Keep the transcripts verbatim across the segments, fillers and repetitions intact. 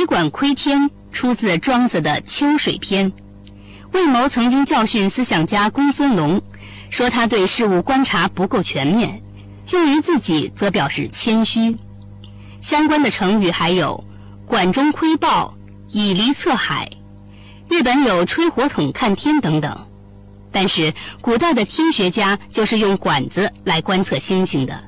管窥天出自庄子的《秋水篇》。魏谋曾经教训思想家公孙龙，说他对事物观察不够全面，用于自己则表示谦虚。相关的成语还有管中窥豹、以离测海，日本有吹火筒看天等等。但是古代的天学家就是用管子来观测星星的。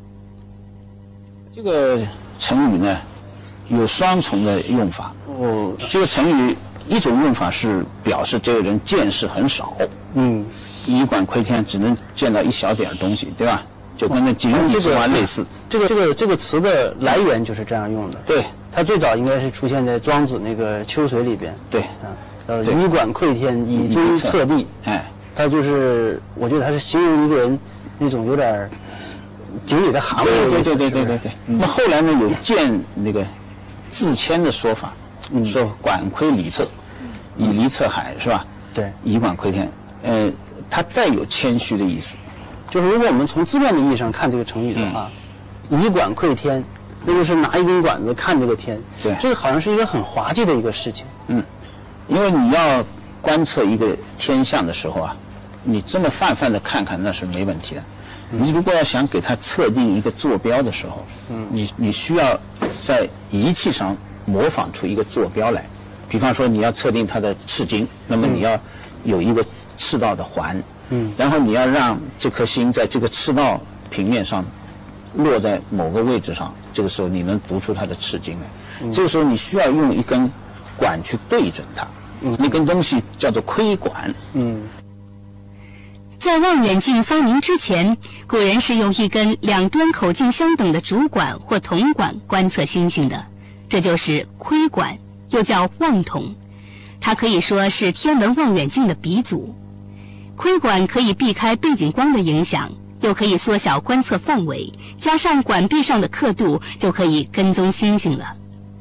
这个成语呢有双重的用法。哦，这个成语一种用法是表示这个人见识很少，嗯，以管窥天只能见到一小点东西，对吧？就跟那井底之蛙类似。 这个这个这个词的来源就是这样用的。 对， 它最早应该是出现在庄子那个《秋水》里边。 对， 呃，以管窥天，以追测地。 哎， 它就是我觉得它是形容一个人那种有点井里的蛤蟆。 对对对对对对对。那后来呢，有见那个自谦的说法，说管窥离测，以离测海，是吧？ 对， 以管窥天，呃，它带有谦虚的意思。 就是如果我们从字面的意义上看这个成语的话，嗯、以管窥天，那就是拿一根管子看这个天。 对， 这个好像是一个很滑稽的一个事情。 嗯，因为你要观测一个天象的时候啊，你这么泛泛的看看那是没问题的。嗯、你如果要想给它测定一个坐标的时候，嗯，你你需要在仪器上模仿出一个坐标来。比方说你要测定它的赤经，那么你要有一个赤道的环。嗯，然后你要让这颗星在这个赤道平面上落在某个位置上，这个时候你能读出它的赤经来。嗯、这个时候你需要用一根管去对准它，嗯、那根东西叫做窥管。嗯， 在望远镜发明之前，古人是用一根两端口径相等的竹管或铜管观测星星的，这就是窥管，又叫望筒。它可以说是天文望远镜的鼻祖。窥管可以避开背景光的影响，又可以缩小观测范围，加上管壁上的刻度，就可以跟踪星星了。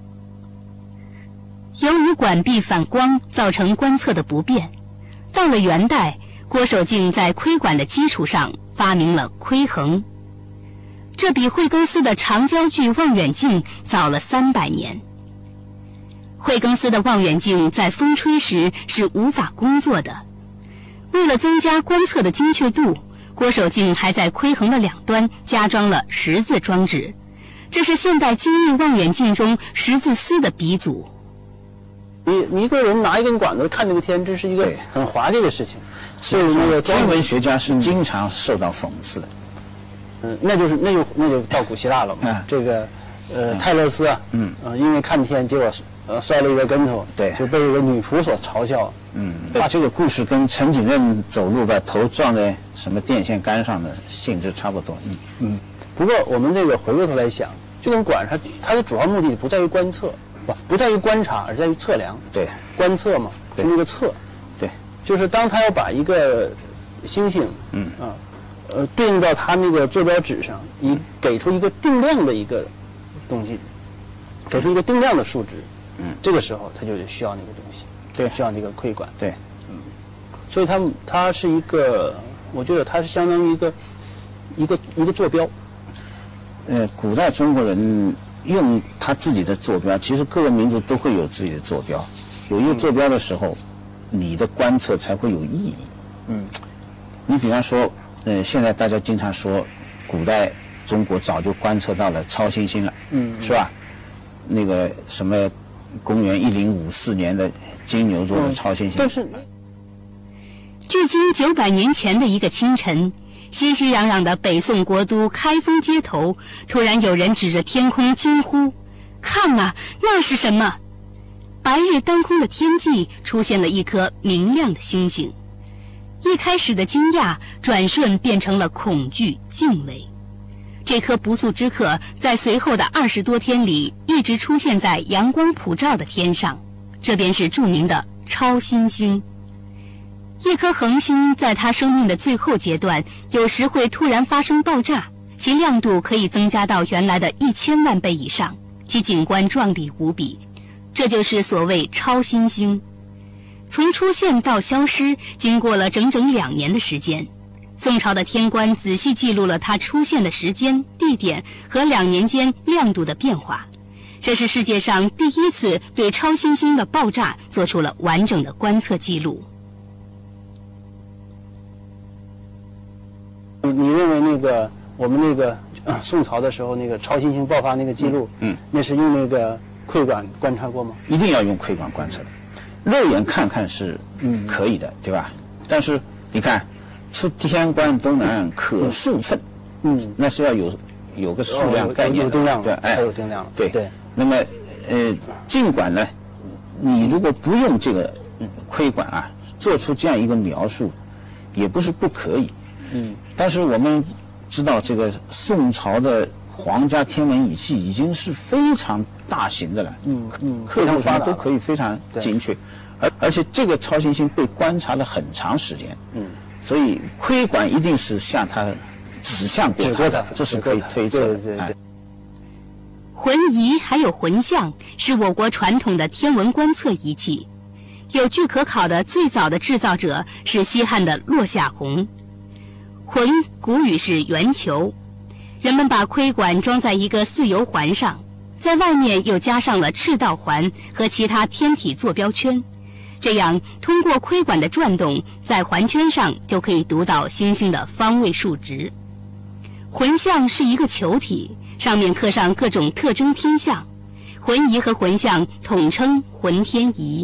由于管壁反光造成观测的不便，到了元代，郭守敬在窥管的基础上发明了窥衡，这比惠更斯的长焦距望远镜早了三百年。惠更斯的望远镜在风吹时是无法工作的，为了增加观测的精确度，郭守敬还在窥衡的两端加装了十字装置，这是现代精密望远镜中十字丝的鼻祖。 你你一个人拿一根管子看这个天，这是一个很滑稽的事情。 所以那个天文学家是经常受到讽刺的。 嗯，那就是那就那就到古希腊了嘛。嗯、这个呃泰勒斯啊，嗯，呃、因为看天结果呃摔了一个跟头， 对， 就被一个女仆所嘲笑。 嗯，把这个故事跟陈景润走路把头撞在什么电线杆上的性质差不多。嗯嗯。不过我们这个回过头来想，这种管它它的主要目的不在于观测，不不在于观察，而在于测量。 对， 观测嘛，是那个测。 对， 就是当他要把一个星星，嗯啊，呃，对应到他那个坐标纸上，你给出一个定量的一个东西，给出一个定量的数值，嗯，这个时候他就需要那个东西。对，需要那个窥管。 对， 嗯，所以它它是一个，我觉得它是相当于一个一个一个坐标。 呃，古代中国人用他自己的坐标，其实各个民族都会有自己的坐标。有一个坐标的时候，嗯、你的观测才会有意义。嗯，你比方说，呃，现在大家经常说，古代中国早就观测到了超新星了，嗯，是吧？那个什么，公元一零五四年的金牛座的超新星。 但是， 距今九百年前的一个清晨，熙熙攘攘的北宋国都开封街头，突然有人指着天空惊呼：“看啊，那是什么？”白日当空的天际出现了一颗明亮的星星。一开始的惊讶，转瞬变成了恐惧、敬畏。这颗不速之客在随后的二十多天里，一直出现在阳光普照的天上，这便是著名的超新星。一颗恒星在它生命的最后阶段，有时会突然发生爆炸，其亮度可以增加到原来的一千万倍以上，其景观壮丽无比，这就是所谓超新星。从出现到消失，经过了整整两年的时间。宋朝的天官仔细记录了它出现的时间、地点和两年间亮度的变化， 这是世界上第一次对超新星的爆炸做出了完整的观测记录。 你认为那个我们那个、呃、宋朝的时候那个超新星爆发那个记录， 嗯，嗯那是用那个窥管观察过吗？ 一定要用窥管观测的，肉眼看看是可以的，嗯、对吧？但是你看，出天关东南岸可数寸，嗯，那是要有有个数量概念的， 有定量， 对，哎， 有定量， 对对。 那么，呃，尽管呢，你如果不用这个窥管啊，做出这样一个描述，也不是不可以，嗯。但是我们知道，这个宋朝的皇家天文仪器已经是非常大型的了，嗯嗯，刻度什么都可以非常精确，而而且这个超新星被观察了很长时间，嗯，所以窥管一定是向它指向过它的，这是可以推测的。对对对。 浑仪还有浑象是我国传统的天文观测仪器，有据可考的最早的制造者是西汉的骆夏宏。浑古语是圆球，人们把窥管装在一个四游环上，在外面又加上了赤道环和其他天体坐标圈，这样通过窥管的转动，在环圈上就可以读到星星的方位数值。浑象是一个球体，上面刻上各种特征天象，浑仪和浑象统称浑天仪。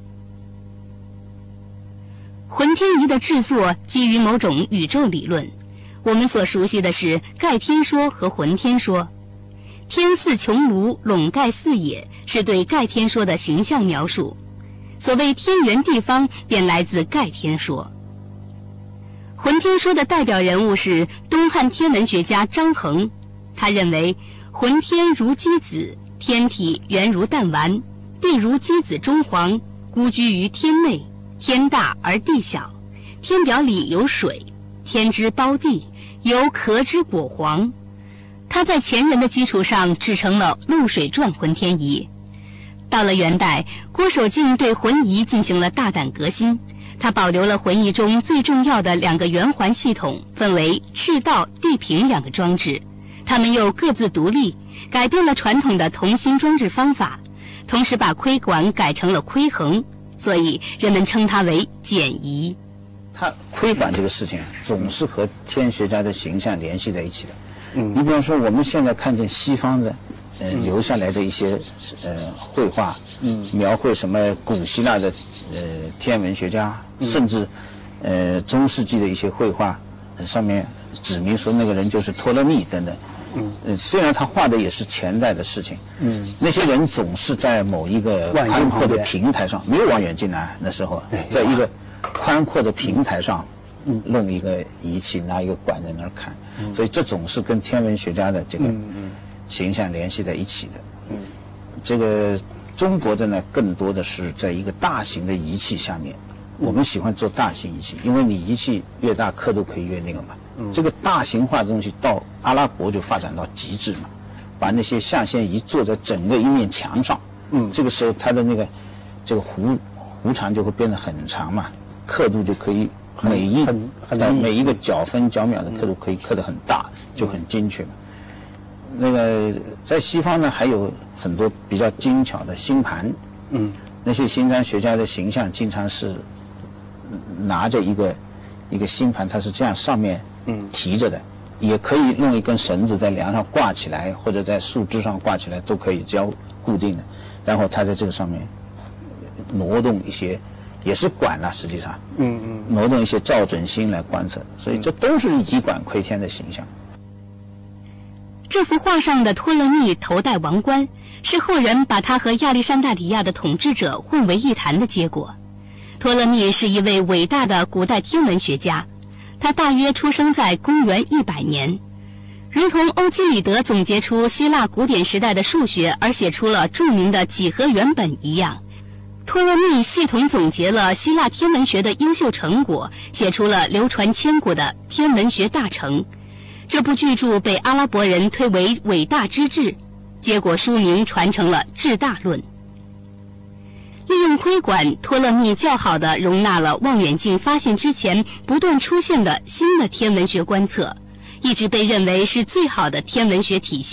浑天仪的制作基于某种宇宙理论，我们所熟悉的是盖天说和浑天说。天似穹庐，笼盖四野，是对盖天说的形象描述。所谓天圆地方，便来自盖天说。浑天说的代表人物是东汉天文学家张衡，他认为浑天如鸡子，天体圆如弹丸，地如鸡子中黄，孤居于天内，天大而地小，天表里有水，天之胞地，由壳之果黄。他在前人的基础上制成了漏水转浑天仪。到了元代，郭守敬对浑仪进行了大胆革新，他保留了浑仪中最重要的两个圆环系统，分为赤道、地平两个装置，它们又各自独立，改变了传统的同心装置方法，同时把窥管改成了窥衡，所以人们称它为简仪。 它窥管这个事情总是和天学家的形象联系在一起的。嗯，你比方说我们现在看见西方的，呃，嗯、留下来的一些呃绘画，嗯，描绘什么古希腊的呃天文学家，嗯、甚至呃中世纪的一些绘画，呃、上面指明说那个人就是托勒密等等。嗯，呃，虽然他画的也是前代的事情，嗯，那些人总是在某一个宽阔的平台上，没有望远镜啊，那时候在一个宽阔的平台上，嗯，弄一个仪器，拿一个管在那儿看。所以这总是跟天文学家的这个形象联系在一起的。嗯，这个中国的呢，更多的是在一个大型的仪器下面。我们喜欢做大型仪器，因为你仪器越大，刻度可以越那个嘛。嗯，这个大型化的东西到阿拉伯就发展到极致嘛，把那些象限仪做在整个一面墙上。嗯，这个时候它的那个这个弧弧长就会变得很长嘛，刻度就可以。每一呃每一个角分角秒的刻度可以刻得很大，就很精确。那个在西方呢，还有很多比较精巧的星盘。嗯，那些星占学家的形象经常是拿着一个一个星盘，它是这样上面提着的，也可以弄一根绳子在梁上挂起来，或者在树枝上挂起来，都可以，只要固定的。然后它在这个上面挪动一些。也是管了，实际上，嗯嗯，挪动一些照准星来观测，所以这都是以管窥天的形象。 这幅画上的托勒密头戴王冠，是后人把他和亚历山大里亚的统治者混为一谈的结果。托勒密是一位伟大的古代天文学家，他大约出生在公元一百年，如同欧几里得总结出希腊古典时代的数学而写出了著名的几何原本一样。托勒密系统总结了希腊天文学的优秀成果，写出了流传千古的天文学大成。这部巨著被阿拉伯人推为伟大之至，结果书名传成了《至大论》。利用窥管，托勒密较好地容纳了望远镜发现之前不断出现的新的天文学观测，一直被认为是最好的天文学体系，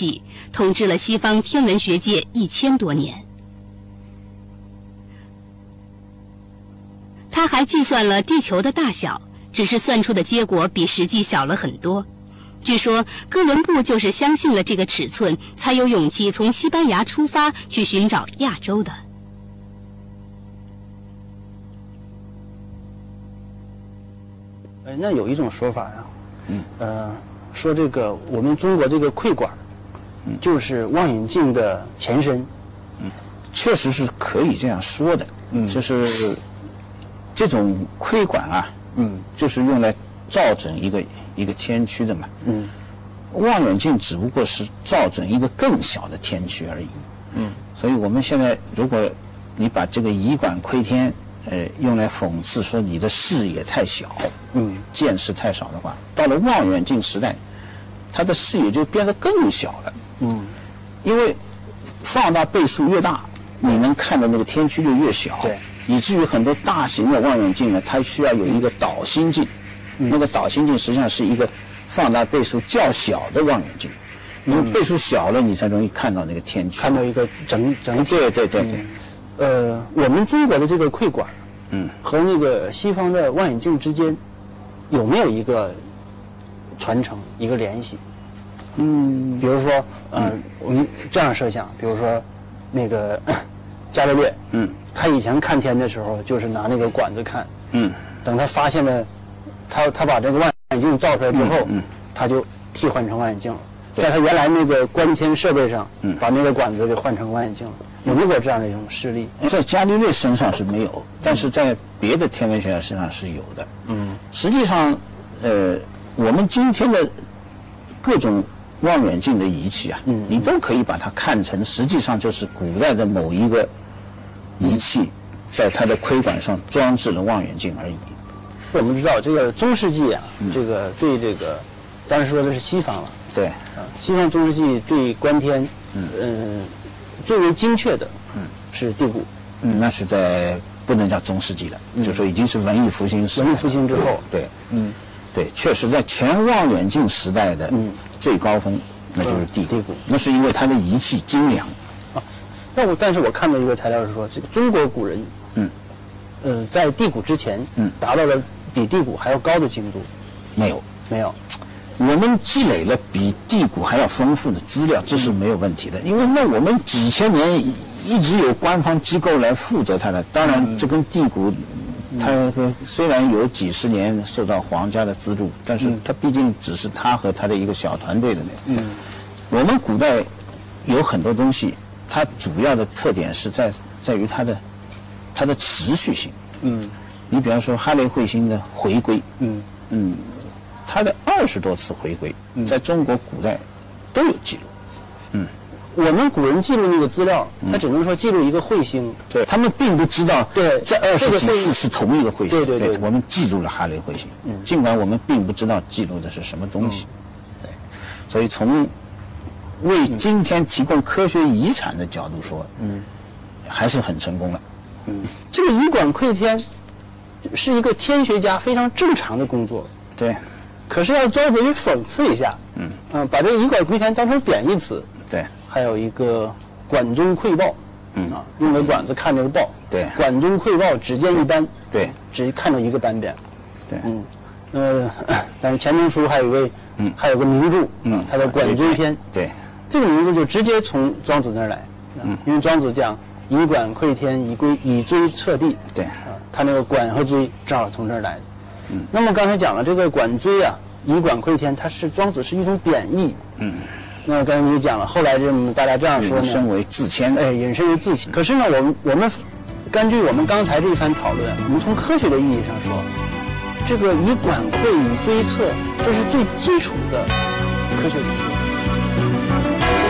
统治了西方天文学界一千多年。他还计算了地球的大小，只是算出的结果比实际小了很多。据说哥伦布就是相信了这个尺寸，才有勇气从西班牙出发去寻找亚洲的。 呃，那有一种说法呀、啊，嗯，呃，说这个我们中国这个窥管，嗯，就是望远镜的前身。 嗯，确实是可以这样说的。嗯，就是这种窥管啊，嗯，就是用来照准一个一个天区的嘛。嗯，望远镜只不过是照准一个更小的天区而已。嗯，所以我们现在如果你把这个以管窥天，呃，用来讽刺说你的视野太小，嗯，见识太少的话，到了望远镜时代，它的视野就变得更小了。嗯，因为放大倍数越大，你能看的那个天区就越小。 对， 以至于很多大型的望远镜呢，它需要有一个导星镜，嗯、那个导星镜实际上是一个放大倍数较小的望远镜，因为倍数小了，你才容易看到那个天区， 看到一个整整体。 对对对对。 嗯、呃，我们中国的这个窥管，嗯，和那个西方的望远镜之间有没有一个传承、一个联系？嗯，比如说，呃、嗯，我们这样设想，比如说那个伽利略，嗯，他以前看天的时候就是拿那个管子看，嗯，等他发现了，他他把这个望远镜照出来之后，嗯，嗯他就替换成望远镜了，在他原来那个观天设备上，嗯，把那个管子给换成望远镜了。有没有这样的一种事例？ 在伽利略身上是没有，但是在别的天文学家身上是有的。嗯，实际上，呃，我们今天的各种望远镜的仪器啊，嗯，你都可以把它看成，实际上就是古代的某一个仪器，在它的窥管上装置了望远镜而已。 我们知道，这个中世纪啊，嗯、这个对这个，当然说的是西方了。 对， 啊，西方中世纪对观天，嗯。呃最为精确的，嗯，是地谷， 嗯，那是在不能叫中世纪了，嗯、就说已经是文艺复兴时代， 文艺复兴之后， 对，嗯，对，确实在前望远镜时代的最高峰，那就是地谷，地谷，那是因为它的仪器精良。 啊，那我但是我看到一个材料是说，这个中国古人，嗯，呃，在地谷之前，嗯，达到了比地谷还要高的精度， 没有， 没有。 我们积累了比地谷还要丰富的资料，这是没有问题的。因为那我们几千年一直有官方机构来负责它的，当然这跟地谷，它虽然有几十年受到皇家的资助，但是它毕竟只是他和他的一个小团队的那个。嗯，我们古代有很多东西，它主要的特点是在在于它的它的持续性。嗯，你比方说哈雷彗星的回归。嗯嗯。它的二十多次回归，在中国古代都有记录。 嗯，我们古人记录那个资料，他只能说记录一个彗星， 对他们并不知道， 对， 这二十几次是同一个彗星。 对对对， 我们记录了哈雷彗星，嗯，尽管我们并不知道记录的是什么东西。对，所以从为今天提供科学遗产的角度说，嗯，还是很成功了。 嗯，这个以管窥天是一个天学家非常正常的工作。 对。 可是要庄子去讽刺一下，嗯，嗯、呃，把这个以管窥天当成贬义词。 对， 还有一个管中窥豹，嗯啊，用个管子看这个豹。 对， 管中窥豹，只见一斑。 对， 只看到一个斑点。 对， 嗯，呃，但是钱钟书还有一位，嗯，还有个名著，嗯，他的《管中篇》。 对， 这个名字就直接从庄子那儿来，嗯，因为庄子讲以管窥天，以归以锥测地。 对， 啊，他那个管和锥正好从这儿来的。嗯，那么刚才讲了这个管锥啊，以管窥天，它是庄子是一种贬义。嗯，那刚才你也讲了，后来这么大家这样说呢， 引申为自谦， 哎，引申为自谦。可是呢，我们我们根据我们刚才这一番讨论，我们从科学的意义上说，这个以管窥以锥测，这是最基础的科学理论。